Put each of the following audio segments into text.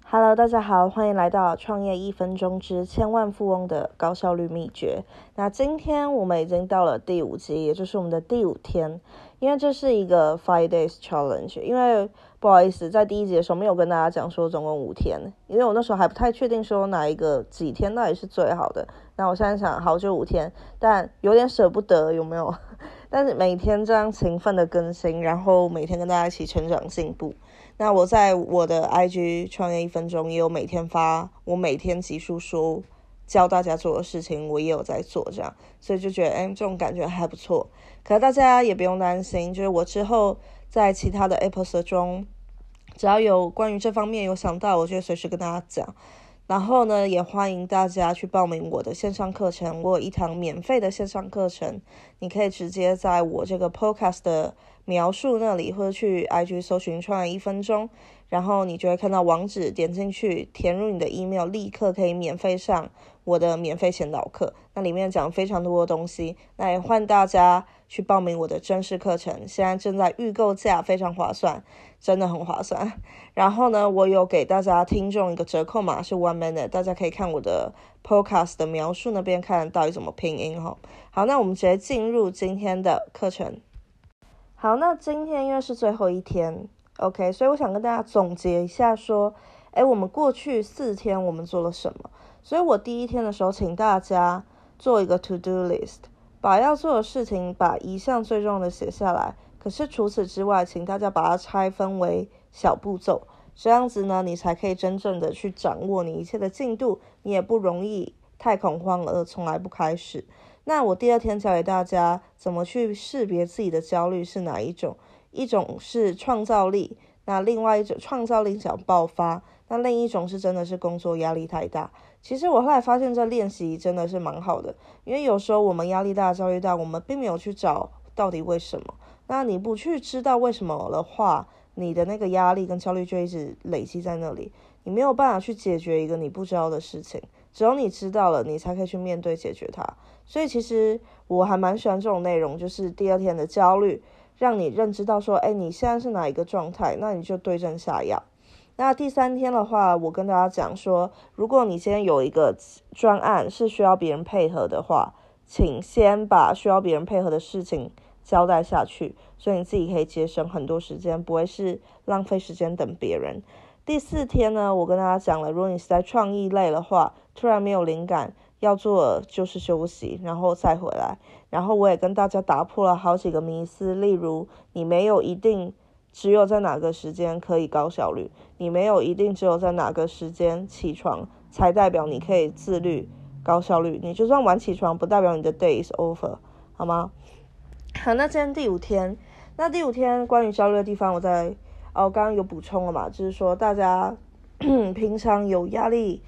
Hello， 大家好，欢迎来到创业1分钟之千万富翁的高效率秘诀。那今天我们已经到了第5集，也就是我们的第5天。因为这是一个 5 days challenge， 因为不好意思，在第1集的时候没有跟大家讲说总共5天，因为我那时候还不太确定说哪一个几天到底是最好的。那我现在想，好，就5天，但有点舍不得，有没有？但是每天这样勤奋的更新，然后每天跟大家一起成长进步。那我在我的 IG 创业1分钟也有每天发我每天集数说教大家做的事情，我也有在做这样，所以就觉得这种感觉还不错。可是大家也不用担心，就是我之后在其他的 episode 中，只要有关于这方面有想到，我就会随时跟大家讲。然后呢，也欢迎大家去报名我的线上课程，我有一堂免费的线上课程，你可以直接在我这个 podcast 的描述那里，或者去 IG 搜寻创业1分钟，然后你就会看到网址，点进去填入你的 email， 立刻可以免费上我的免费先导课，那里面讲非常多的东西。那也欢迎大家去报名我的正式课程，现在正在预购价，非常划算，真的很划算。然后呢，我有给大家听众一个折扣码是 1 minute， 大家可以看我的 podcast 的描述那边看到底怎么拼音。好，那我们直接进入今天的课程。好，那今天因为是最后一天 OK， 所以我想跟大家总结一下说我们过去4天我们做了什么。所以我第1天的时候请大家做一个 to do list， 把要做的事情把1项最重要的写下来，可是除此之外请大家把它拆分为小步骤，这样子呢你才可以真正的去掌握你一切的进度，你也不容易太恐慌而从来不开始。那我第2天教给大家怎么去识别自己的焦虑是哪一种，一种是创造力，那另外一种创造力想爆发，那另一种是真的是工作压力太大。其实我后来发现这练习真的是蛮好的，因为有时候我们压力大焦虑大，我们并没有去找到底为什么，那你不去知道为什么的话，你的那个压力跟焦虑就一直累积在那里，你没有办法去解决一个你不知道的事情，只有你知道了你才可以去面对解决它。所以其实我还蛮喜欢这种内容，就是第2天的焦虑让你认知到说你现在是哪一个状态，那你就对症下药。那第3天的话，我跟大家讲说，如果你今天有一个专案是需要别人配合的话，请先把需要别人配合的事情交代下去，所以你自己可以节省很多时间，不会是浪费时间等别人。第4天呢，我跟大家讲了，如果你是在创意类的话，突然没有灵感，要做就是休息，然后再回来。然后我也跟大家打破了好几个迷思，例如你没有一定只有在哪个时间可以高效率，你没有一定只有在哪个时间起床才代表你可以自律高效率，你就算晚起床不代表你的 day is over， 好吗？好，那今天第5天，那第5天关于焦虑的地方我刚刚有补充了嘛，就是说大家平常有压力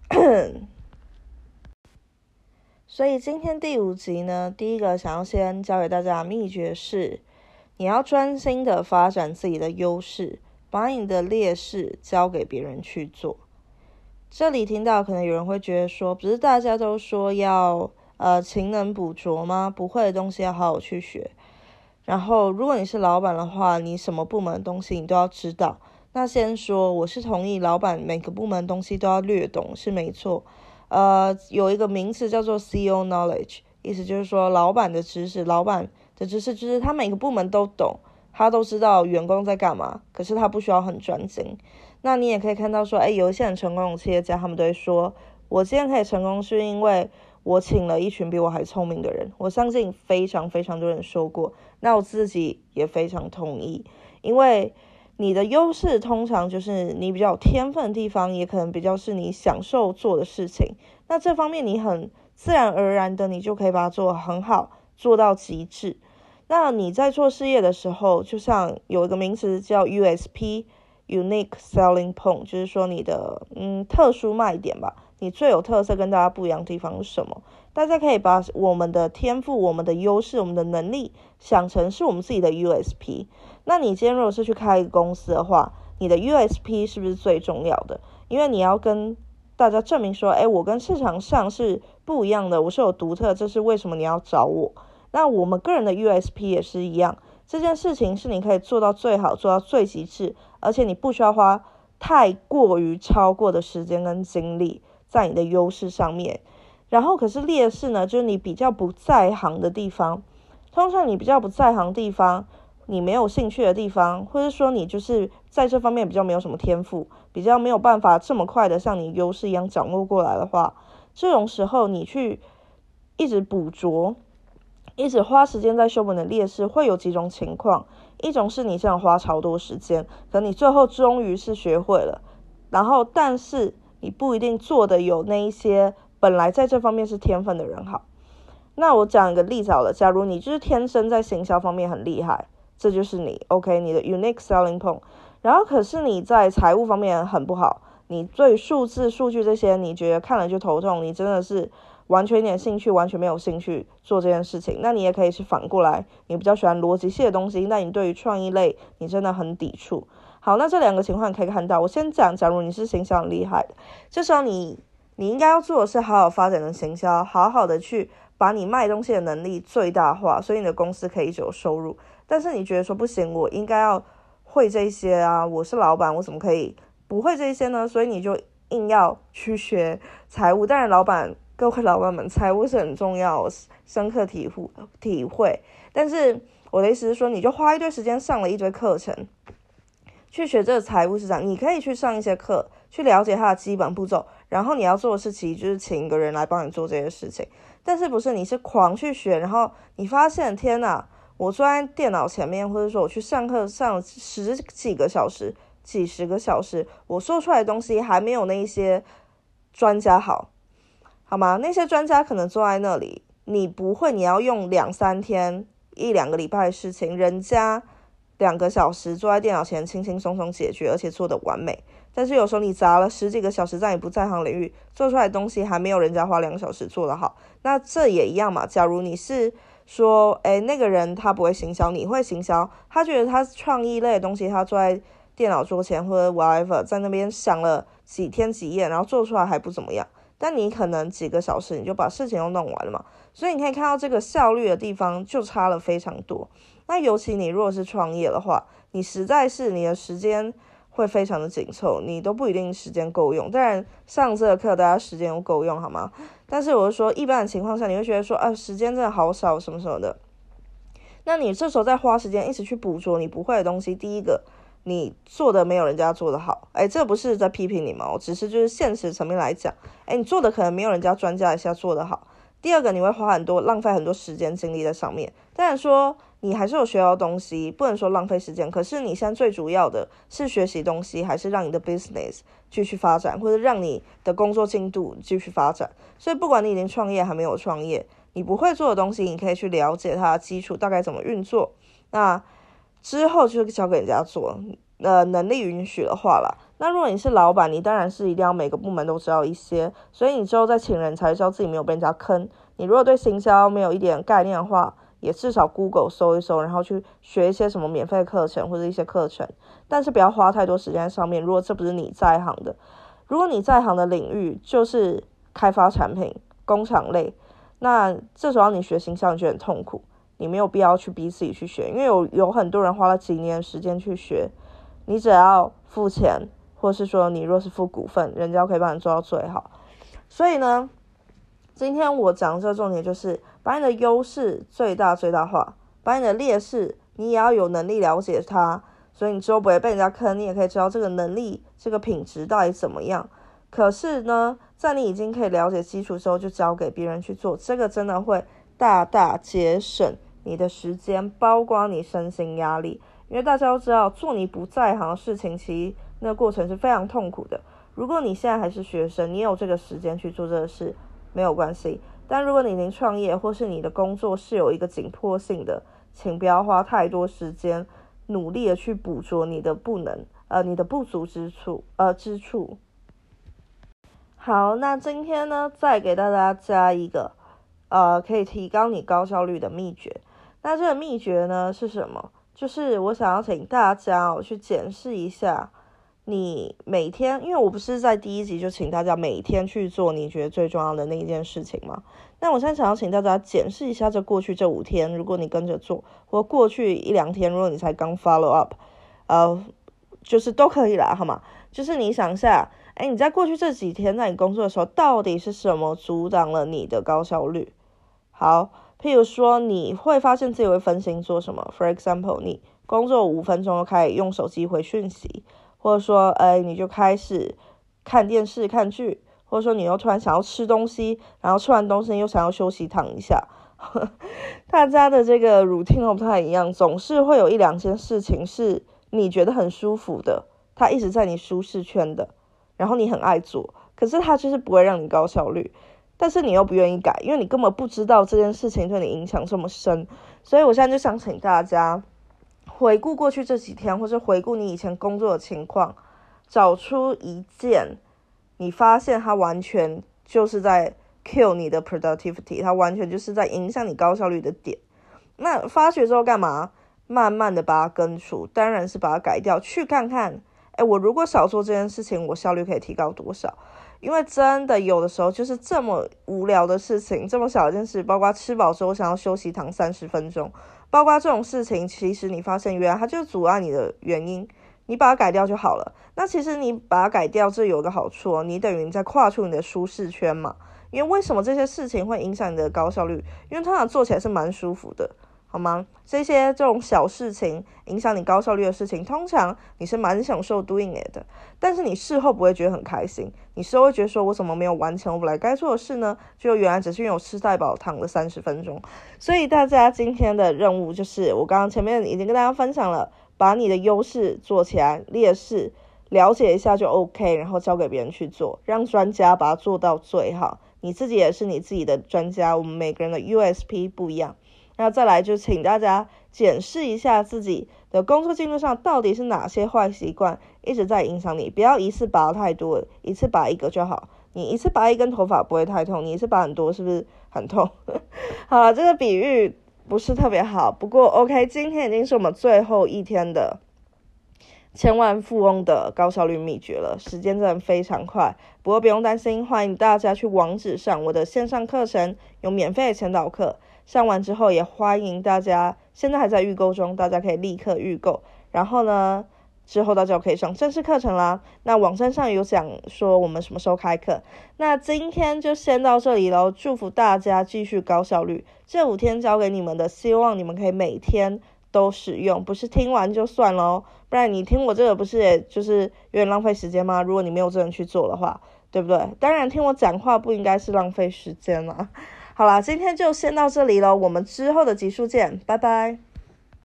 所以今天第5集呢，第一个想要先教给大家的秘诀是，你要专心的发展自己的优势，把你的劣势交给别人去做。这里听到可能有人会觉得说，不是大家都说要勤能补拙吗？不会的东西要好好去学。然后如果你是老板的话，你什么部门的东西你都要知道。那先说，我是同意老板每个部门的东西都要略懂，是没错。有一个名词叫做 CEO knowledge， 意思就是说老板的知识就是他每个部门都懂，他都知道员工在干嘛，可是他不需要很专精。那你也可以看到说有一些很成功的企业家，他们都会说，我今天可以成功是因为我请了一群比我还聪明的人。我相信非常非常多人说过，那我自己也非常同意。因为你的优势通常就是你比较有天分的地方，也可能比较是你享受做的事情，那这方面你很自然而然的你就可以把它做得很好，做到极致。那你在做事业的时候，就像有一个名词叫 USP Unique Selling Point， 就是说你的特殊卖点吧，你最有特色跟大家不一样的地方是什么。大家可以把我们的天赋、我们的优势、我们的能力想成是我们自己的 USP。 那你今天如果是去开一个公司的话，你的 USP 是不是最重要的？因为你要跟大家证明说我跟市场上是不一样的，我是有独特，这是为什么你要找我。那我们个人的 USP 也是一样，这件事情是你可以做到最好，做到最极致，而且你不需要花太过于超过的时间跟精力在你的优势上面。然后可是劣势呢，就是你比较不在行的地方。通常你比较不在行的地方，你没有兴趣的地方，或者说你就是在这方面比较没有什么天赋，比较没有办法这么快的像你优势一样掌握过来的话，这种时候你去一直捕捉，一直花时间在修本的劣势，会有几种情况。一种是你这样花超多时间，可你最后终于是学会了，然后但是你不一定做的有那一些本来在这方面是天分的人好。那我讲一个例子好了，假如你就是天生在行销方面很厉害，这就是你 OK 你的 unique selling point， 然后可是你在财务方面很不好，你对数字数据这些你觉得看了就头痛，你真的是完全一点兴趣完全没有兴趣做这件事情。那你也可以是反过来，你比较喜欢逻辑系的东西，那你对于创意类你真的很抵触。好，那这两个情况你可以看到，我先讲假如你是行销很厉害的，这时候你应该要做的是好好发展的行销，好好的去把你卖东西的能力最大化，所以你的公司可以一直有收入。但是你觉得说不行，我应该要会这些啊，我是老板，我怎么可以不会这些呢？所以你就硬要去学财务。当然各位老板们，财务是很重要，深刻体会。但是我的意思是说，你就花一堆时间上了一堆课程，去学这个财务市场。你可以去上一些课，去了解它的基本步骤，然后你要做的事其实就是请一个人来帮你做这些事情。但是不是你是狂去学，然后你发现天哪，我坐在电脑前面，或者说我去上课上十几个小时、几十个小时，我说出来的东西还没有那一些专家好吗？那些专家可能坐在那里，你不会，你要用2-3天、1-2个礼拜的事情，人家2个小时坐在电脑前轻轻松松解决，而且做得完美。但是有时候你砸了10几个小时在你不在行领域，做出来的东西还没有人家花2个小时做得好。那这也一样嘛，假如你是说那个人他不会行销，你会行销，他觉得他创意类的东西，他坐在电脑桌前或者 whatever 在那边想了几天几夜，然后做出来还不怎么样，但你可能几个小时你就把事情都弄完了嘛。所以你可以看到这个效率的地方就差了非常多。那尤其你如果是创业的话，你实在是你的时间会非常的紧凑，你都不一定时间够用。当然上这个课大家时间又够用好吗？但是我是说一般的情况下，你会觉得说时间真的好少什么什么的。那你这时候再花时间一直去捕捉你不会的东西，第一个你做的没有人家做的好，这不是在批评你们哦，只是就是现实层面来讲，你做的可能没有人家专家一下做的好。第二个，你会浪费很多时间精力在上面。当然说你还是有学到东西，不能说浪费时间，可是你现在最主要的是学习东西，还是让你的 business 继续发展，或者让你的工作进度继续发展。所以不管你已经创业还没有创业，你不会做的东西，你可以去了解它的基础大概怎么运作，那之后就是交给人家做，能力允许的话啦。那如果你是老板，你当然是一定要每个部门都知道一些，所以你之后再请人才知道自己没有被人家坑。你如果对行销没有一点概念的话，也至少 Google 搜一搜，然后去学一些什么免费课程或者一些课程，但是不要花太多时间在上面。如果这不是你在行的，如果你在行的领域就是开发产品、工厂类，那这时候你学行销你觉得很痛苦，你没有必要去逼自己去学，因为有很多人花了几年时间去学，你只要付钱，或是说你若是付股份，人家可以帮你做到最好。所以呢，今天我讲的这个重点就是把你的优势最大化，把你的劣势你也要有能力了解它，所以你之后不会被人家坑，你也可以知道这个能力这个品质到底怎么样。可是呢，在你已经可以了解基础之后，就交给别人去做，这个真的会大大节省你的时间，包括你身心压力。因为大家都知道，做你不在行的事情，其实那个过程是非常痛苦的。如果你现在还是学生，你有这个时间去做这个事，没有关系。但如果你已经创业，或是你的工作是有一个紧迫性的，请不要花太多时间，努力的去捕捉你的你的不足之处。好，那今天呢，再给大家加一个可以提高你高效率的秘诀。那这个秘诀呢是什么？就是我想要请大家去检视一下你每天，因为我不是在第一集就请大家每天去做你觉得最重要的那一件事情嘛。那我现在想要请大家检视一下过去这5天，如果你跟着做，或过去1-2天，如果你才刚 follow up，就是都可以啦，好吗？ 就是你想一下，你在过去这几天在你工作的时候，到底是什么阻挡了你的高效率？好，譬如说你会发现自己会分心做什么 ，for example， 你工作5分钟就开始用手机回讯息，或者说你就开始看电视看剧，或者说你又突然想要吃东西，然后吃完东西又想要休息躺一下。大家的这个 routine 都不太一样，总是会有1-2件事情是你觉得很舒服的，它一直在你舒适圈的，然后你很爱做，可是它就是不会让你高效率，但是你又不愿意改，因为你根本不知道这件事情对你影响这么深。所以我现在就想请大家回顾过去这几天，或是回顾你以前工作的情况，找出一件你发现它完全就是在 kill 你的 productivity， 它完全就是在影响你高效率的点。那发觉之后干嘛？慢慢的把它根除，当然是把它改掉，去看看我如果少做这件事情，我效率可以提高多少。因为真的有的时候就是这么无聊的事情，这么小一件事，包括吃饱之后想要休息躺30分钟，包括这种事情，其实你发现原来它就是阻碍你的原因，你把它改掉就好了。那其实你把它改掉，这有个好处你等于你在跨出你的舒适圈嘛。因为为什么这些事情会影响你的高效率？因为通常做起来是蛮舒服的，好吗？这种小事情影响你高效率的事情，通常你是蛮享受 doing it 的，但是你事后不会觉得很开心，你事后会觉得说我怎么没有完成我本来该做的事呢？就原来只是因为我吃太饱躺了30分钟。所以大家今天的任务就是我刚刚前面已经跟大家分享了，把你的优势做起来，劣势了解一下就 OK， 然后交给别人去做，让专家把它做到最好。你自己也是你自己的专家，我们每个人的 USP 不一样。那再来就请大家检视一下自己的工作进度上到底是哪些坏习惯一直在影响你，不要一次拔太多，一次拔一个就好。你一次拔一根头发不会太痛，你一次拔很多是不是很痛？好了，这个比喻不是特别好，不过 OK， 今天已经是我们最后一天的千万富翁的高效率秘诀了，时间真的非常快，不过不用担心，欢迎大家去网址上我的线上课程，有免费的前导课，上完之后也欢迎大家，现在还在预购中，大家可以立刻预购，然后呢之后大家可以上正式课程啦。那网站上有讲说我们什么时候开课，那今天就先到这里咯，祝福大家继续高效率，这5天交给你们的，希望你们可以每天都使用，不是听完就算咯，不然你听我这个不是也就是有点浪费时间吗？如果你没有真的去做的话，对不对？当然听我讲话不应该是浪费时间啦。好啦，今天就先到这里咯，我们之后的集数见，拜拜。